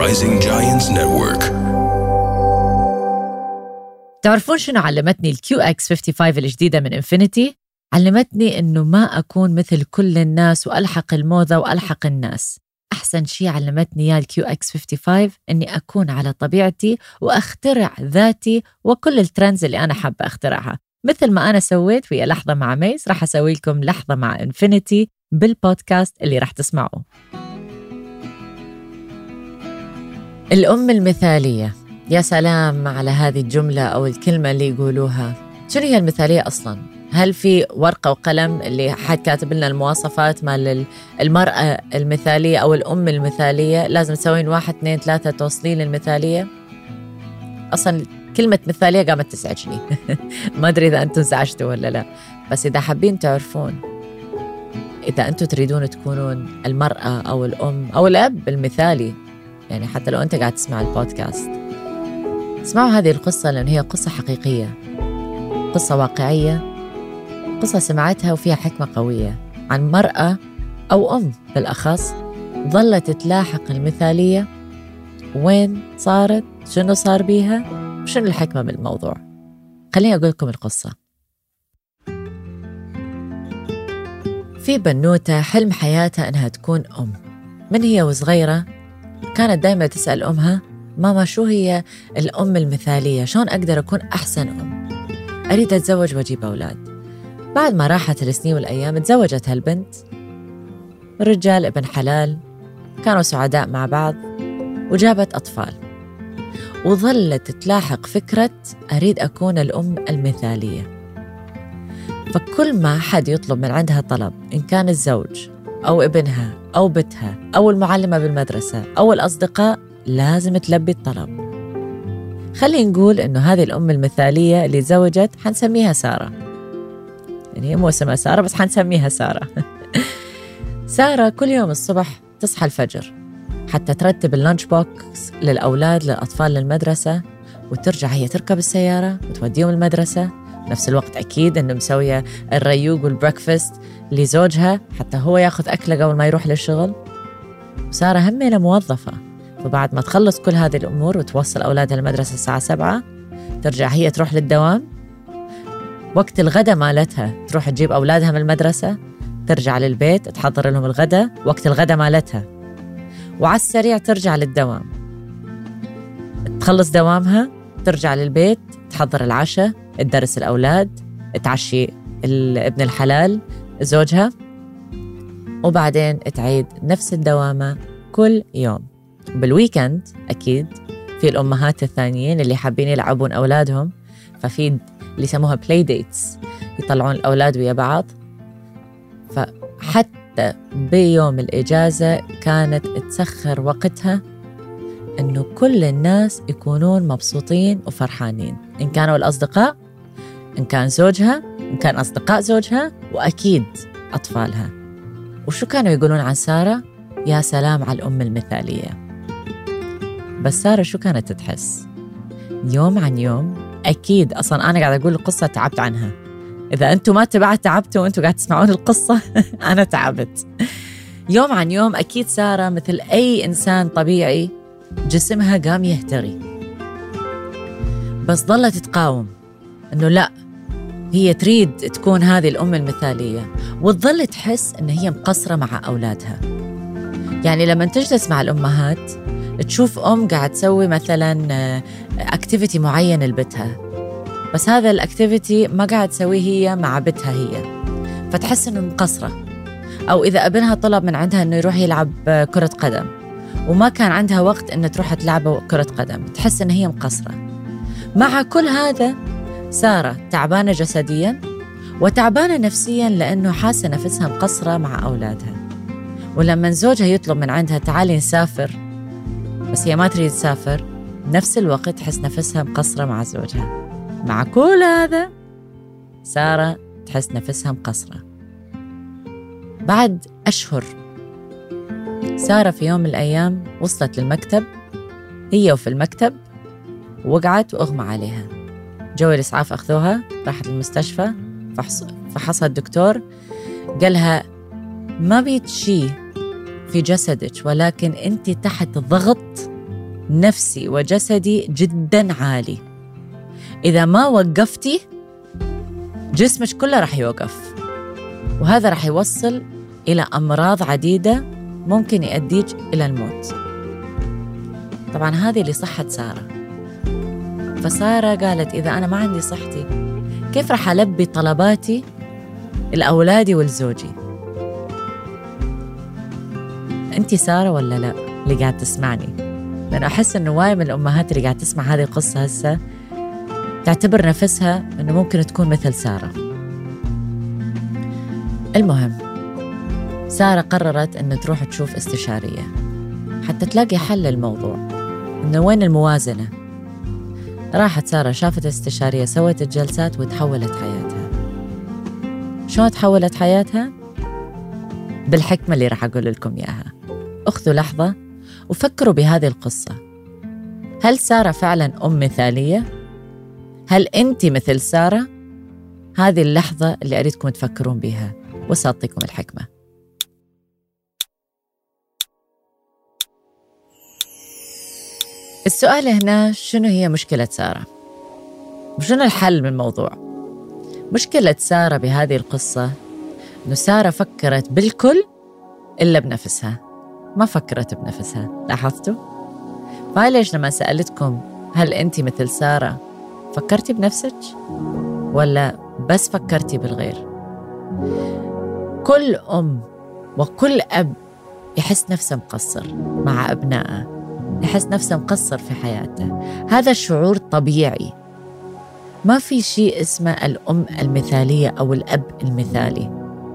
Rising Giants Network. تعرفون شنو علمتني الQX55 الجديدة من إنفينيتي؟ علمتني إنه ما أكون مثل كل الناس وألحق الموضة وألحق الناس. أحسن شيء علمتني إياه الQX55 إني أكون على طبيعتي وأخترع ذاتي وكل الترندز اللي أنا حابة أخترعها. مثل ما أنا سويت ويا لحظة مع ميس، راح أسوي لكم لحظة مع إنفينيتي بالبودكاست اللي راح تسمعوه. الأم المثالية، يا سلام على هذه الجملة أو الكلمة اللي يقولوها. شنو هي المثالية أصلاً؟ هل في ورقة وقلم اللي حد كاتب لنا المواصفات مال المرأة المثالية أو الأم المثالية؟ لازم تسوين 1 2 3 توصلين للمثالية؟ أصلاً كلمة مثالية قامت تزعجني. ما أدري إذا أنتم زعجتوا ولا لا، بس إذا حابين تعرفون إذا أنتم تريدون تكونون المرأة أو الأم أو الأب المثالي، يعني حتى لو أنت قاعد تسمع البودكاست، اسمعوا هذه القصة لأن هي قصة حقيقية، قصة واقعية، قصة سمعتها وفيها حكمة قوية عن مرأة أو أم بالأخص ظلت تلاحق المثالية. وين صارت؟ شنو صار بيها؟ وشنو الحكمة بالموضوع؟ خليني أقول لكم القصة. في بنوتة حلم حياتها أنها تكون أم. من هي وصغيرة كانت دايما تسأل أمها: ماما شو هي الأم المثالية؟ شلون أقدر أكون أحسن أم؟ أريد أتزوج وأجيب أولاد. بعد ما راحت السنين والأيام تزوجت هالبنت، رجال ابن حلال، كانوا سعداء مع بعض وجابت أطفال، وظلت تلاحق فكرة أريد أكون الأم المثالية. فكل ما حد يطلب من عندها طلب، إن كان الزوج أو ابنها أو بنتها أو المعلمة بالمدرسة أو الأصدقاء، لازم تلبي الطلب. خلينا نقول إنه هذه الأم المثالية اللي تزوجت حنسميها سارة، يعني هي مو اسمها سارة بس حنسميها سارة. سارة كل يوم الصبح تصحى الفجر حتى ترتب اللانش بوكس للأولاد للأطفال للمدرسة، وترجع هي تركب السيارة وتوديهم المدرسة. نفس الوقت أكيد إنه مسوية الريوق والبريكفاست لزوجها حتى هو ياخذ أكله قبل ما يروح للشغل. وسارة همينة موظفة، فبعد ما تخلص كل هذه الأمور وتوصل أولادها المدرسة الساعة 7، ترجع هي تروح للدوام. وقت الغداء مالتها تروح تجيب أولادها من المدرسة، ترجع للبيت تحضر لهم الغداء وقت الغداء مالتها، وعلى السريع ترجع للدوام. تخلص دوامها ترجع للبيت، تحضر العشاء، تدرس الأولاد، تعشي ابن الحلال زوجها، وبعدين تعيد نفس الدوامة كل يوم. بالويكند أكيد في الأمهات الثانيين اللي حابين يلعبون أولادهم، ففي اللي يسموها بلاي ديتس، يطلعون الأولاد ويا بعض. فحتى بيوم الإجازة كانت تسخر وقتها إنه كل الناس يكونون مبسوطين وفرحانين، إن كانوا الأصدقاء، إن كان زوجها، إن كان أصدقاء زوجها، وأكيد أطفالها. وشو كانوا يقولون عن سارة؟ يا سلام على الأم المثالية. بس سارة شو كانت تحس؟ يوم عن يوم، أكيد أصلاً أنا قاعدة أقول القصة تعبت عنها. إذا أنتم ما تعبتوا وأنتم قاعد تسمعون القصة، أنا تعبت. يوم عن يوم أكيد سارة مثل أي إنسان طبيعي جسمها قام يهتري، بس ظلت تقاوم إنه لا، هي تريد تكون هذه الأم المثالية، وتظل تحس إن هي مقصرة مع أولادها. يعني لما تجلس مع الأمهات تشوف أم قاعد تسوي مثلاً أكتيفيتي معين لبتها، بس هذا الأكتيفيتي ما قاعد تسويه هي مع بتها هي، فتحس إنه مقصرة. أو إذا ابنها طلب من عندها إنه يروح يلعب كرة قدم وما كان عندها وقت إنه تروح تلعب كرة قدم، تحس إن هي مقصرة. مع كل هذا سارة تعبانة جسدياً وتعبانة نفسياً، لأنه حاسة نفسها مقصرة مع أولادها. ولما زوجها يطلب من عندها تعالي نسافر، بس هي ما تريد تسافر، نفس الوقت تحس نفسها مقصرة مع زوجها. مع كل هذا سارة تحس نفسها مقصرة. بعد أشهر سارة في يوم من الأيام وصلت للمكتب، هي وفي المكتب وقعت وأغمى عليها. جو الإسعاف أخذوها، راحت المستشفى، فحصها الدكتور، قالها ما بيت شيء في جسدك، ولكن أنت تحت ضغط نفسي وجسدي جدا عالي. إذا ما وقفتي جسمك كله رح يوقف، وهذا رح يوصل إلى أمراض عديدة ممكن يؤديك إلى الموت. طبعا هذه لصحة سارة. فسارة قالت إذا أنا ما عندي صحتي كيف رح ألبي طلباتي لأولادي ولزوجي؟ أنتي سارة ولا لا اللي قاعد تسمعني؟ لأن أحس أنه وايد من الأمهات اللي قاعد تسمع هذه القصة هسه تعتبر نفسها أنه ممكن تكون مثل سارة. المهم سارة قررت أن تروح تشوف استشارية حتى تلاقي حل للموضوع، أنه وين الموازنة. راحت سارة شافت استشارية، سوت الجلسات وتحولت حياتها. شو تحولت حياتها؟ بالحكمة اللي راح أقول لكم إياها. أخذوا لحظة وفكروا بهذه القصة. هل سارة فعلا أم مثالية؟ هل أنت مثل سارة؟ هذه اللحظة اللي أريدكم تفكرون بها وسأعطيكم الحكمة. السؤال هنا شنو هي مشكلة سارة؟ وشنو الحل من الموضوع؟ مشكلة سارة بهذه القصة إنه سارة فكرت بالكل إلا بنفسها، ما فكرت بنفسها. لاحظتوا؟ فهاي ليش لما سألتكم هل أنت مثل سارة فكرتي بنفسك ولا بس فكرتي بالغير؟ كل أم وكل أب يحس نفسه مقصر مع أبنائه، يحس نفسه مقصر في حياته. هذا الشعور طبيعي. ما في شيء اسمه الأم المثالية أو الأب المثالي.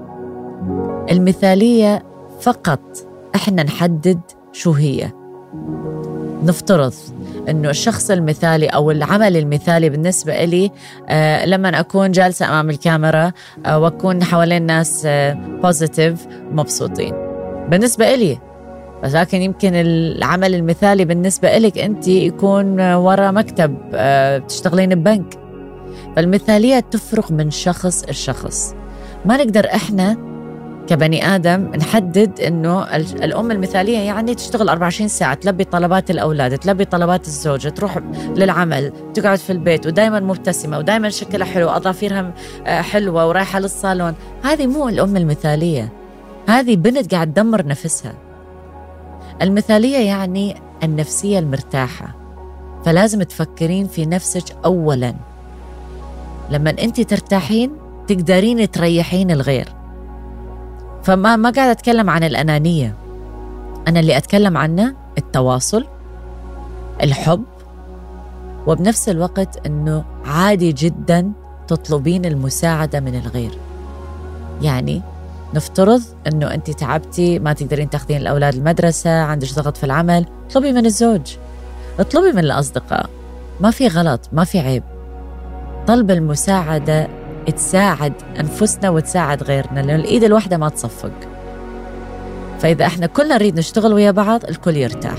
المثالية فقط إحنا نحدد شو هي. نفترض إنه الشخص المثالي أو العمل المثالي بالنسبة إلي لما أكون جالسة أمام الكاميرا وأكون حوالين ناس بوزيتيف مبسوطين بالنسبة إلي. بس لكن يمكن العمل المثالي بالنسبة إلك أنت يكون وراء مكتب تشتغلين ببنك. فالمثالية تفرق من شخص لشخص. ما نقدر إحنا كبني آدم نحدد إنه الأم المثالية يعني تشتغل 24 ساعة، تلبي طلبات الأولاد، تلبي طلبات الزوجة، تروح للعمل، تقعد في البيت ودايما مبتسمة ودايما شكلها حلو، أظافيرها حلوة ورايحة للصالون. هذه مو الأم المثالية. هذه بنت قاعد تدمر نفسها. المثالية يعني النفسية المرتاحة. فلازم تفكرين في نفسك أولاً. لما أنت ترتاحين تقدرين تريحين الغير. فما قاعدة أتكلم عن الأنانية. أنا اللي أتكلم عنه التواصل، الحب، وبنفس الوقت أنه عادي جداً تطلبين المساعدة من الغير. يعني نفترض أنه أنت تعبتي ما تقدرين تاخدين الأولاد المدرسة، عندك ضغط في العمل، اطلبي من الزوج، اطلبي من الأصدقاء. ما في غلط، ما في عيب. طلب المساعدة تساعد أنفسنا وتساعد غيرنا، لأن الإيد الواحدة ما تصفق. فإذا إحنا كلنا نريد نشتغل ويا بعض الكل يرتاح.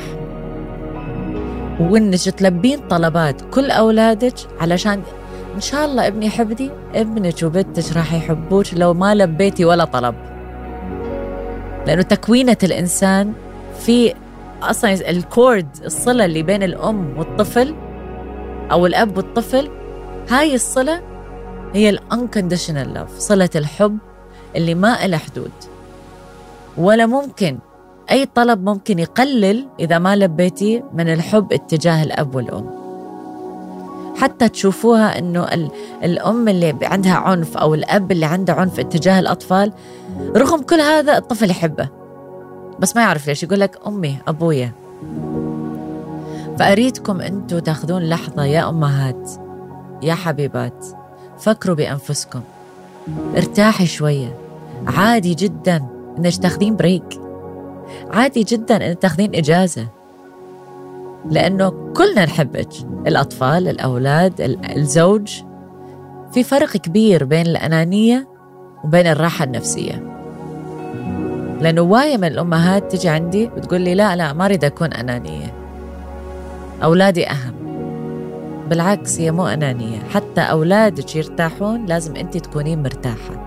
وإنك تلبين طلبات كل أولادك علشان إن شاء الله ابني يحبني، ابنك وبنتك راح يحبوك لو ما لبيتي ولا طلب. لأنه تكوينة الإنسان في أصلاً الكورد، الصلة اللي بين الأم والطفل أو الأب والطفل، هاي الصلة هي unconditional love، صلة الحب اللي ما إلها حدود. ولا ممكن أي طلب ممكن يقلل إذا ما لبيتي من الحب اتجاه الأب والأم. حتى تشوفوها أنه الأم اللي عندها عنف أو الأب اللي عنده عنف اتجاه الأطفال، رغم كل هذا الطفل يحبه بس ما يعرف ليش، يقول لك أمي أبويا. فأريدكم أنتوا تاخذون لحظة يا أمهات يا حبيبات، فكروا بأنفسكم، ارتاحي شوية. عادي جدا إنك تاخذين بريك، عادي جدا إنك تاخذين إجازة، لأنه كلنا نحبك، الأطفال، الأولاد، الزوج. في فرق كبير بين الأنانية وبين الراحة النفسية. لأنه واية من الأمهات تجي عندي وتقول لي لا ما أريد أكون أنانية، أولادي أهم. بالعكس، هي مو أنانية. حتى أولادك يرتاحون لازم أنت تكونين مرتاحة.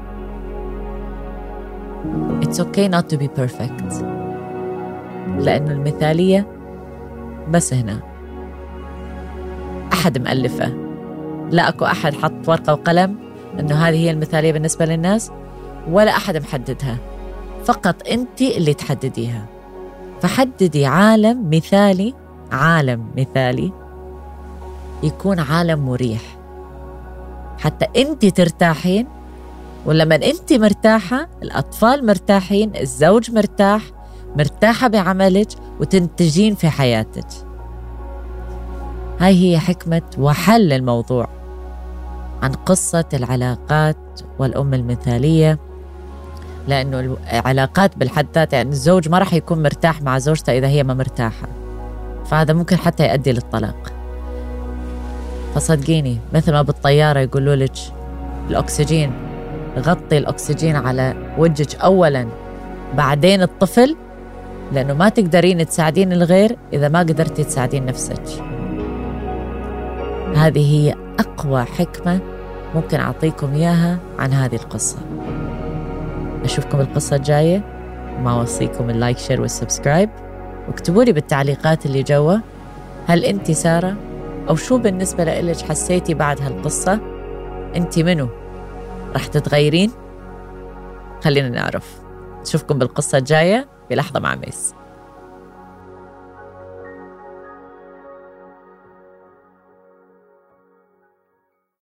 It's okay not to be perfect. لأنه المثالية بس هنا أحد مألفة، لا أكو أحد حط ورقة وقلم إنه هذه هي المثالية بالنسبة للناس، ولا أحد محددها، فقط أنت اللي تحدديها. فحددي عالم مثالي، عالم مثالي يكون عالم مريح حتى أنت ترتاحين، ولما أنت مرتاحة الأطفال مرتاحين، الزوج مرتاح، مرتاحة بعملك وتنتجين في حياتك. هاي هي حكمة وحل الموضوع عن قصة العلاقات والأم المثالية. لأنه العلاقات بالحد ذاتها، يعني الزوج ما رح يكون مرتاح مع زوجته إذا هي ما مرتاحة، فهذا ممكن حتى يؤدي للطلاق. فصدقيني مثل ما بالطيارة يقولوا لك الأكسجين، غطي الأكسجين على وجهك أولاً بعدين الطفل، لأنه ما تقدرين تساعدين الغير إذا ما قدرتي تساعدين نفسك. هذه هي أقوى حكمة ممكن أعطيكم إياها عن هذه القصة. أشوفكم القصة الجاية، وما وصيكم اللايك شير والسبسكرايب، واكتبوا لي بالتعليقات اللي جوا هل أنت سارة، أو شو بالنسبة لإلك حسيتي بعد هالقصة؟ أنت منو؟ رح تتغيرين؟ خلينا نعرف. أشوفكم بالقصة الجاية بلحظة مع ميس.